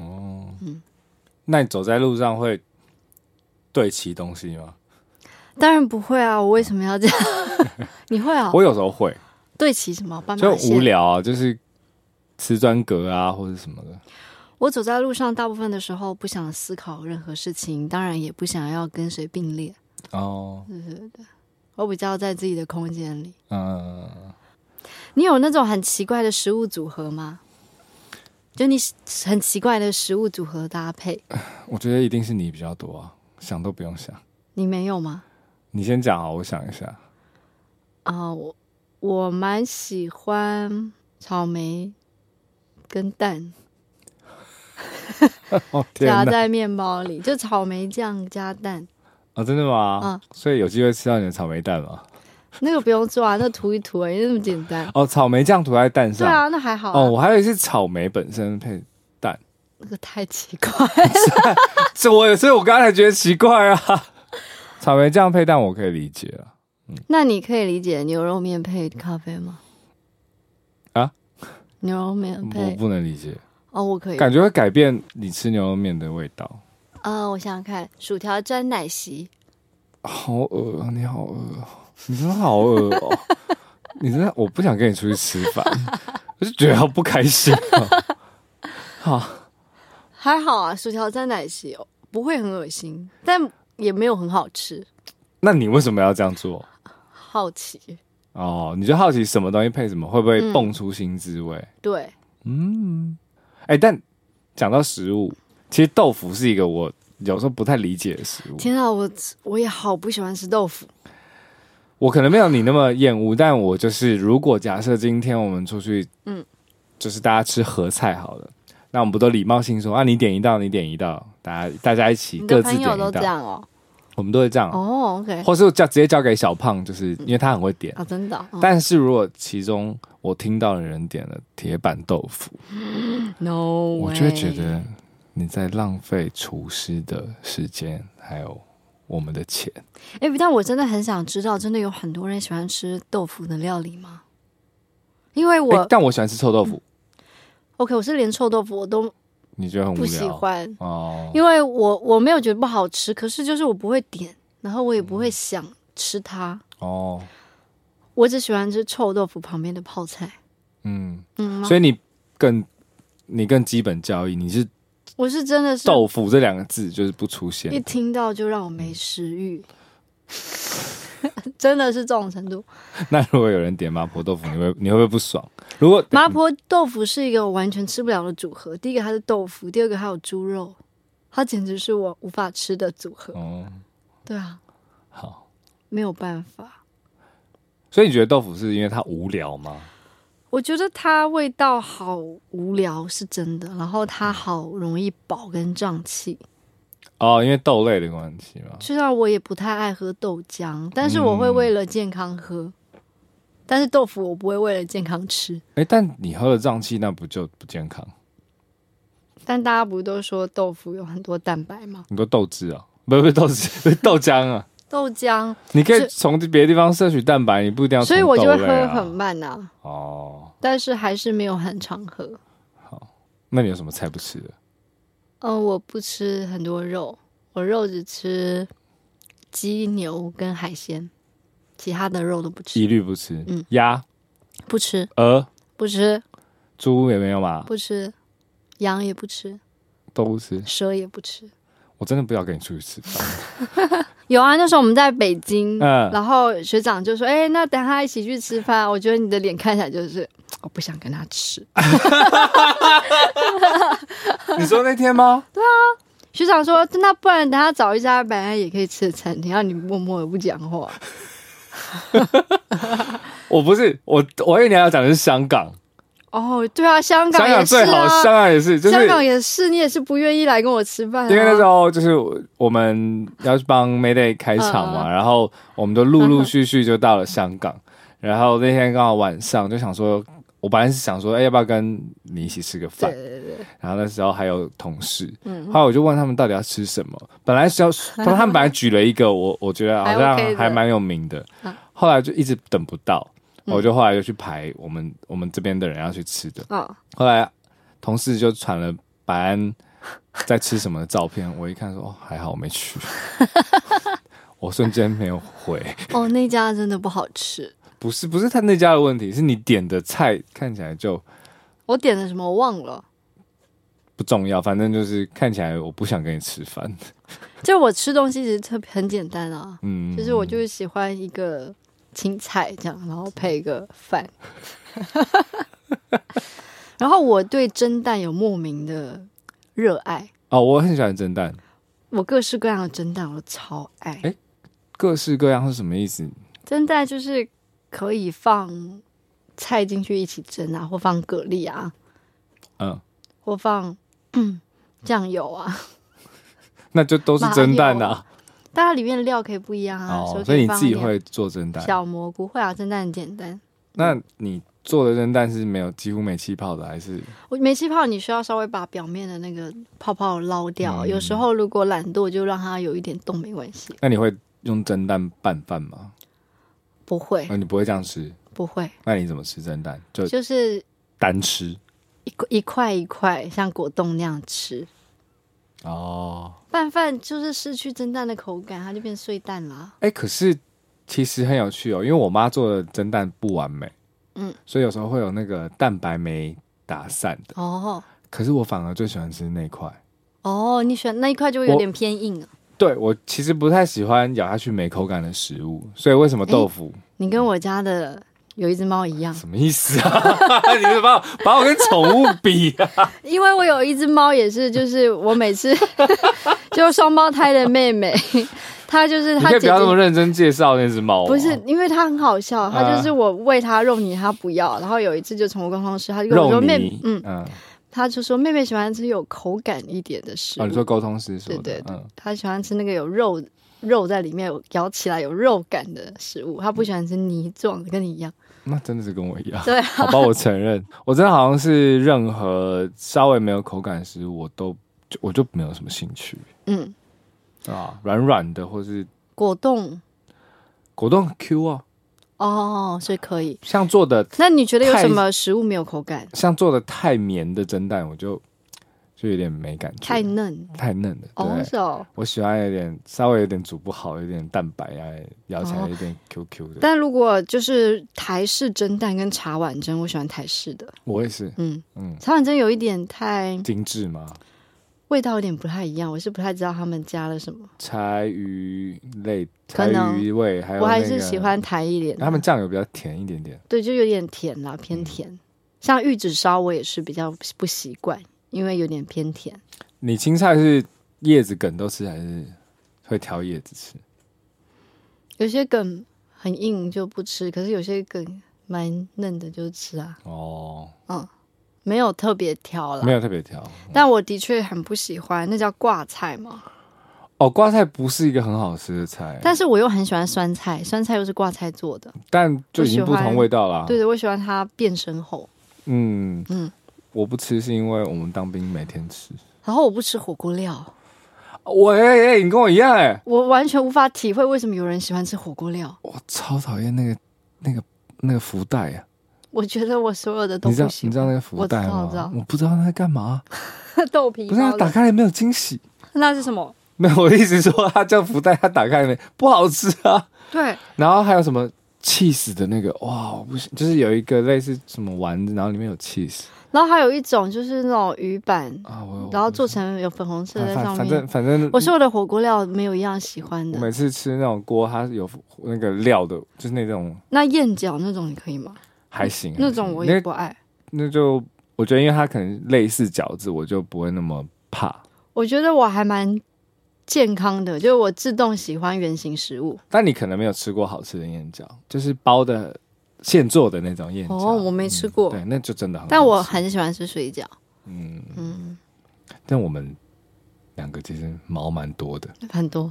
那你走在路上会对齐东西吗？ 当然不会啊，我为什么要这样？你会啊？ 我有时候会对齐什么？ 就无聊啊，就是瓷砖格啊，或者什么的。 我走在路上，大部分的时候不想思考任何事情，当然也不想要跟谁并列。哦，对，我比较在自己的空间里。你有那种很奇怪的食物组合吗？就你很奇怪的食物组合搭配？ 我觉得一定是你比较多啊，想都不用想。 你没有吗？ 你先讲好，我想一下。 我蛮喜欢草莓跟蛋夹在面包里，就草莓酱加蛋。 哦，真的吗？所以有机会吃到你的草莓蛋吗？ 那个不用做啊，那涂一涂而已，那么简单。 哦，草莓酱涂在蛋上。 对啊，那还好哦，我还以为是草莓本身配蛋， 那个太奇怪了。 所以我刚才觉得奇怪啊。草莓酱配蛋我可以理解啊。 那你可以理解牛肉面配咖啡吗？ 啊？ 牛肉面配我不能理解。 哦，我可以。 感觉会改变你吃牛肉面的味道。 我想想看，薯条沾奶昔。 好恶啊！你好恶哦，你真的好恶哦！你真的，我不想跟你出去吃饭，我就觉得好不开心哦。好， 还好啊，薯条沾奶昔不会很恶心，但也没有很好吃。 那你为什么要这样做？ 好奇哦，你就好奇什么东西配什么，会不会蹦出新滋味？ 对， 但讲到食物，其实豆腐是一个我有时候不太理解的食物。 天啊，我也好不喜欢吃豆腐。 我可能没有你那么厌恶，但我就是如果假设今天我们出去，就是大家吃合菜好了，那我们不都礼貌性说啊，你点一道，你点一道，大家一起各自点一道。 你的朋友都这样哦？ 我们都会这样哦 ，OK， 或是直接交给小胖，就是因为他很会点啊，真的。 但是如果其中我听到的人点了铁板豆腐 ，No， 我就会觉得你在浪费厨师的时间，还有我们的钱。 但我真的很想知道，真的有很多人喜欢吃豆腐的料理吗？因为但我喜欢吃臭豆腐。 OK， 我是连臭豆腐我都。 你觉得很无聊？ 不喜欢哦， 因为我没有觉得不好吃，可是就是我不会点，然后我也不会想吃它。哦，我只喜欢吃臭豆腐旁边的泡菜。所以你更基本教义， 我是真的是豆腐这两个字就是不出现， 一听到就让我没食欲。真的是这种程度。 那如果有人点麻婆豆腐，你会不会不爽？如果麻婆豆腐是一个我完全吃不了的组合，第一个它是豆腐，第二个还有猪肉，它简直是我无法吃的组合。对啊， 好， 没有办法。 所以你觉得豆腐是因为它无聊吗？ 我觉得它味道好无聊是真的，然后它好容易饱跟胀气。 因为豆类的关系嘛。 虽然我也不太爱喝豆浆，但是我会为了健康喝。但是豆腐我不会为了健康吃。 但你喝了胀气，那不就不健康？ 但大家不都说豆腐有很多蛋白吗？ 很多豆汁啊，不是豆汁，豆浆啊。 豆浆， 你可以从别的地方摄取蛋白，你不一定要从豆类啊。 所以我就会喝很慢啊。但是还是没有很常喝。 好，那你有什么菜不吃的？ 我不吃很多肉，我肉只吃鸡、牛跟海鲜，其他的肉都不吃， 一律不吃。鸭不吃， 鹅不吃， 猪也没有吗？ 不吃，羊也不吃， 都不吃， 蛇也不吃。 我真的不要跟你出去吃饭。 有啊，那时候我们在北京，然后学长就说：“那等他一起去吃饭。”我觉得你的脸看起来就是我不想跟他吃。 你说那天吗？ 对啊，学长说：“那不然等他找一家本来也可以吃的餐厅，让你默默的不讲话。” 我不是我以为你要讲的是香港。 对啊，香港也是啊， 最好，香港也是， 香港也是，你也是不愿意来跟我吃饭。 因为那时候就是我们要去帮 Mayday 开场嘛，然后我们都陆续就到了香港，然后那天刚好晚上就想说，我本来是想说，要不要跟你一起吃个饭？对。然后那时候还有同事，后来我就问他们到底要吃什么，本来是要，他们本来举了一个我觉得好像还蛮有名的，后来就一直等不到。我就后来就去排我们这边的人要去吃的。后来同事就传了白安在吃什么的照片，我一看说还好我没去。我瞬间没有回。 那家真的不好吃。 不是他那家的问题，是你点的菜看起来就…… 我点的什么我忘了， 不重要，反正就是看起来我不想跟你吃饭。 就我吃东西其实很简单啊，就是我就是喜欢一个青菜这样，然后配一个饭。然后我对蒸蛋有莫名的热爱。 我很喜欢蒸蛋， 我各式各样的蒸蛋我都超爱。 各式各样是什么意思？ 蒸蛋就是可以放菜进去一起蒸啊，或放蛤蜊啊，或放酱油啊。 那就都是蒸蛋啊。 但它里面的料可以不一样啊。 所以你自己会做蒸蛋？ 小蘑菇会啊，蒸蛋很简单。 那你做的蒸蛋是几乎没气泡的，还是？ 没气泡，你需要稍微把表面的那个泡泡捞掉。有时候如果懒惰，就让它有一点冻没关系。 那你会用蒸蛋拌饭吗？ 不会。 你不会这样吃？ 不会。 那你怎么吃蒸蛋？ 就是单吃， 一块一块，像果冻那样吃。拌饭就是失去蒸蛋的口感，它就变碎蛋啦。 可是其实很有趣因为我妈做的蒸蛋不完美，所以有时候会有那个蛋白没打散的。可是我反而最喜欢吃那一块。 你喜欢那一块就会有点偏硬了。 对，我其实不太喜欢咬下去没口感的食物，所以为什么豆腐？ 你跟我家的有一只猫一样。 什么意思啊？你是把我跟宠物比啊？ 因为我有一只猫也是，就是我每次就双胞胎的妹妹，她就是她姐姐。 你可以不要那么认真介绍那只猫。 不是，因为她很好笑，她就是我喂她肉泥，她不要。然后有一次就宠物沟通师，她就跟我说：“妹妹，她就说妹妹喜欢吃有口感一点的食物。” 你说沟通师说的？ 对，她喜欢吃那个有肉在里面，咬起来有肉感的食物，她不喜欢吃泥状的，跟你一样。 那真的是跟我一样。 对， 好吧，我承认，我真的好像是任何稍微没有口感的食物，我就没有什么兴趣。软软的或是果冻很 Q 啊。 所以可以。 像做的， 那你觉得有什么食物没有口感？ 像做的太绵的蒸蛋，我就有点没感觉，太嫩的。 是哦。 我喜欢稍微有点煮不好，有点蛋白啊，咬起来有点 QQ 的。 但如果就是台式蒸蛋跟茶碗蒸，我喜欢台式的。 我也是。 茶碗蒸有一点太精致吗？ 味道有点不太一样，我是不太知道他们加了什么。 柴鱼类，柴鱼味，还有我还是喜欢台一点的。 他们酱油比较甜一点点。 对，就有点甜啦，偏甜。像玉子烧，我也是比较不习惯。因为有点偏甜。 你青菜是叶子梗都吃，还是会挑叶子吃？ 有些梗很硬就不吃，可是有些梗蛮嫩的就吃啊。没有特别挑啦， 没有特别挑。 但我的确很不喜欢，那叫挂菜嘛。 挂菜不是一个很好吃的菜， 但是我又很喜欢酸菜，酸菜又是挂菜做的， 但就已经不同味道啦。 对，我喜欢它变深厚。 我不吃是因为我们当兵每天吃， 然后我不吃火锅料。 你跟我一样我完全无法体会为什么有人喜欢吃火锅料。 我超讨厌那个福袋啊！ 我觉得我所有的都不喜欢。 你知道那个福袋吗？我不知道那在干嘛。 豆皮不是，它打开来没有惊喜。 那是什么？ 没有，我一直说它叫福袋，它打开来不好吃啊。 对。然后还有什么cheese的那个，我不行，就是有一个类似什么丸子，然后里面有cheese。 然后还有一种就是那种鱼板然后做成有粉红色在上面。 反正我所有的火锅料没有一样喜欢的。 我每次吃那种锅，它有那个料的，就是那种。 那燕饺那种你可以吗？ 还行， 那种我也不爱。 那就我觉得，因为它可能类似饺子，我就不会那么怕。 我觉得我还蛮健康的，就是我自动喜欢原型食物。 但你可能没有吃过好吃的燕饺，就是包的。现做的那种燕饺我没吃过。 对，那就真的很好吃。 但我很喜欢吃水饺。 但我们两个其实毛蛮多的， 很多。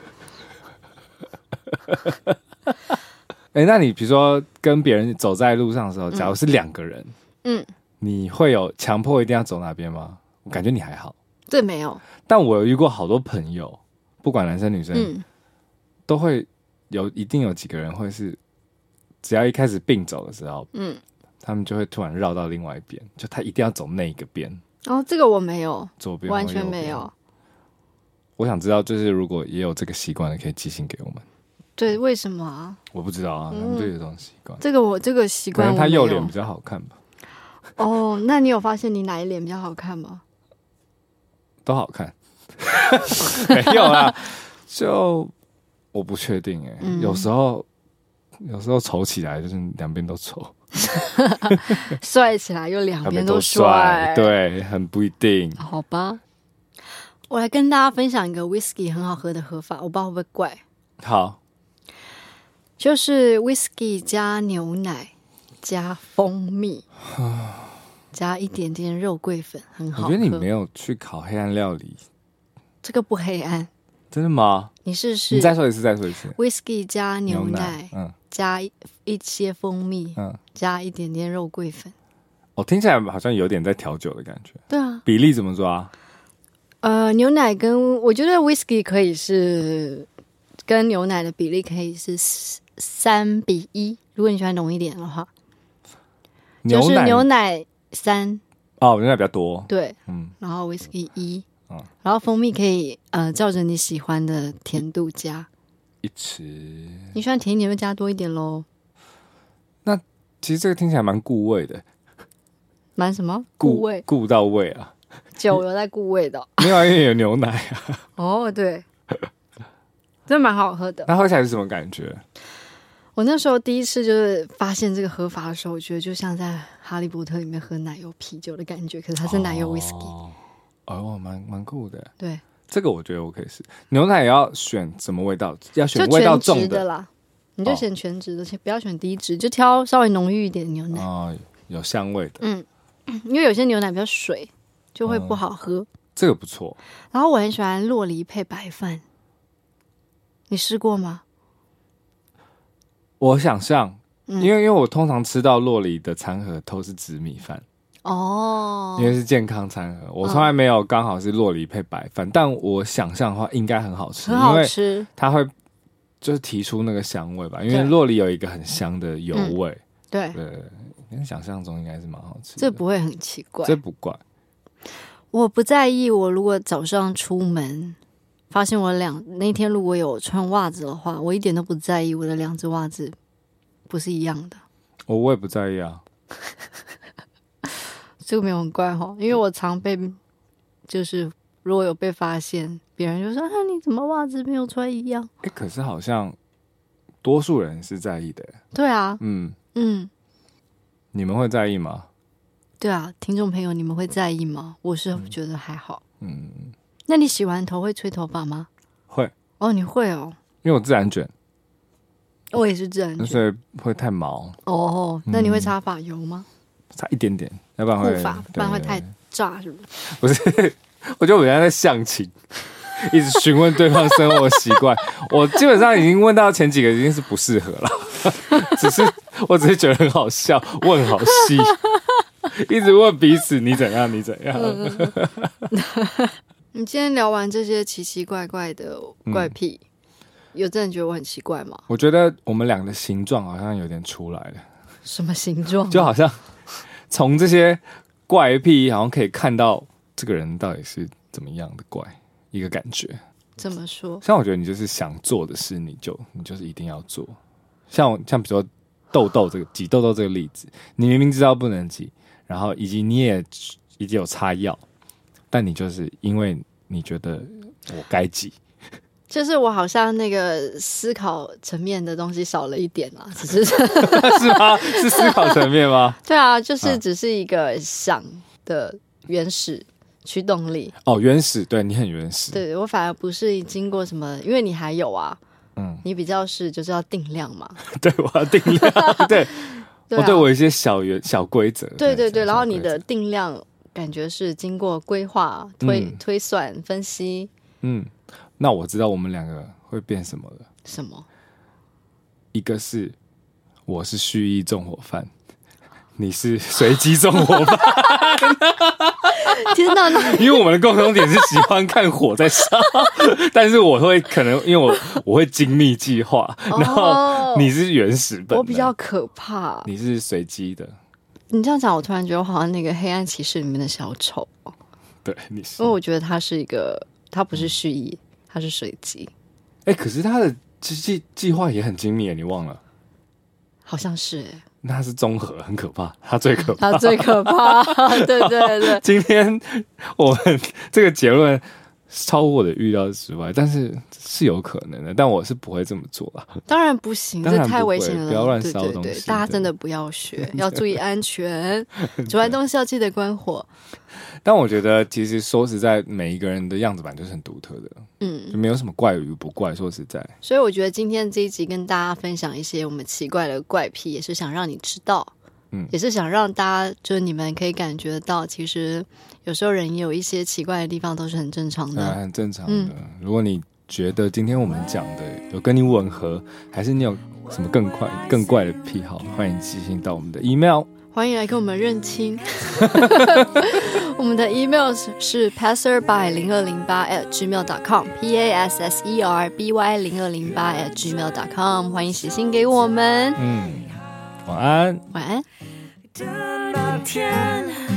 那你比如说跟别人走在路上的时候，假如是2个人，你会有强迫一定要走哪边吗？我感觉你还好。 对，没有。 但我有遇过好多朋友，不管男生女生，都会一定有几个人会是。只要一开始并走的时候，他们就会突然绕到另外一边，就他一定要走那一个边。 这个我没有， 左边完全没有。 我想知道，就是如果也有这个习惯的，可以寄信给我们。 对，为什么啊？ 我不知道啊，他们就有这种习惯。 这个习惯， 可能他右脸比较好看吧。 那你有发现你哪一脸比较好看吗？ 都好看，没有啦，就我不确定有时候丑起来就是两边都丑， 帅起来又两边都帅， 对，很不一定。 好吧，我来跟大家分享一个 whisky 很好喝的喝法，我不知道会不会怪。 好， 就是 whisky 加牛奶加蜂蜜，加一点点肉桂粉，很好喝。 我觉得你没有去考黑暗料理， 这个不黑暗。 真的吗？ 你试试。 你再说一次 ，whisky 加牛奶，加一些蜂蜜，加一点点肉桂粉。 听起来好像有点在调酒的感觉。 对啊， 比例怎么抓？ 牛奶跟我觉得 whisky 可以是跟牛奶的比例可以是3:1，如果你喜欢浓一点的话，就是牛奶3。 牛奶比较多。 对，然后 whisky 1，然后蜂蜜可以照着你喜欢的甜度加 1匙。 你喜欢甜一点就加多一点咯。 那其实这个听起来蛮顾味的。 蛮什么？顾味？ 顾到味啊！ 酒有在顾味的。 没有，因为有牛奶啊。 对，真的蛮好喝的。 那喝起来是什么感觉？ 我那时候第一次就是发现这个喝法的时候，我觉得就像在哈利波特里面喝奶油啤酒的感觉，可是它是奶油 whisky。 蛮酷的。 对， 这个我觉得我可以试。牛奶也要选什么味道？要选味道重的啦。你就选全脂的，不要选低脂，就挑稍微浓郁一点的牛奶。 有香味的。 因为有些牛奶比较水，就会不好喝。 这个不错。 然后我很喜欢酪梨配白饭，你试过吗？ 我想象，因为我通常吃到酪梨的餐盒都是紫米饭。因为是健康餐盒，我从来没有刚好是酪梨配白饭，但我想象的话应该很好吃， 很好吃， 因为它会就是提出那个香味吧，因为酪梨有一个很香的油味。对，跟想象中应该是蛮好吃的。 这不会很奇怪， 这不怪。 我不在意，我如果早上出门发现我那天如果有穿袜子的话，我一点都不在意我的2只袜子不是一样的。 我也不在意啊。 这个没有很怪因为我常被就是如果有被发现，别人就说你怎么袜子没有穿一样？ 可是好像多数人是在意的。 对啊。 你们会在意吗？ 对啊，听众朋友，你们会在意吗？我是觉得还好。那你洗完头会吹头发吗？ 会。 你会哦。 因为我自然卷。 我也是自然卷， 所以会太毛。 那你会擦发油吗？ 擦一点点，要不然会护发，不然会太炸，是不是？ 不是，我觉得我现在在相亲，一直询问对方生活习惯。我基本上已经问到前几个已经是不适合了，我只是觉得很好笑，问好细，一直问彼此你怎样，你怎样。 你今天聊完这些奇奇怪怪的怪癖，有真的觉得我很奇怪吗？ 我觉得我们俩的形状好像有点出来了。 什么形状？ 就好像从这些怪癖好像可以看到这个人到底是怎么样的怪一个感觉。 怎么说？ 像我觉得你就是想做的事你就是一定要做。像比如说挤痘痘这个例子，你明明知道不能挤，然后以及你也已经有擦药，但你就是因为你觉得我该挤。 就是我好像那个思考层面的东西少了一点啊，只是是吗？是思考层面吗？ 对啊，就是只是一个想的原始驱动力。 原始，对，你很原始。 对，我反而不是经过什么，因为你还有啊，你比较就是要定量嘛。 对，我要定量。对，对我有一些小规则。 对，然后你的定量感觉是经过规划、推算、分析。 那我知道我们两个会变什么了。 什么？ 一个是我是蓄意纵火犯，你是随机纵火犯。 天哪！ 因为我们的共同点是喜欢看火在烧，但是我会可能因为我会精密计划，然后你是原始本， 我比较可怕， 你是随机的。 你这样讲，我突然觉得我好像那个黑暗骑士里面的小丑。 对，你是， 因为我觉得他不是蓄意。它是随机。 可是他的计划也很精密，你忘了？ 好像是。 那他是综合，很可怕，他最可怕。 对。 今天我们这个结论超乎我的预料之外，但是是有可能的，但我是不会这么做啦。 当然不行，这太危险了， 不要乱烧东西。 对，大家真的不要学，要注意安全。煮完东西要记得关火。 但我觉得其实说实在，每一个人的样子版就是很独特的，就没有什么怪与不怪。说实在， 所以我觉得今天这一集跟大家分享一些我们奇怪的怪癖，也是想让你知道，也是想让大家就是你们可以感觉到，其实有时候人也有一些奇怪的地方，都是很正常的， 很正常的。如果你觉得今天我们讲的有跟你吻合，还是你有什么更怪的癖好，欢迎寄信到我们的 email， 欢迎来跟我们认亲。我们的 email 是 passerby0208@gmail.com passerby0208@gmail.com 欢迎写信给我们。 晚安。 晚安。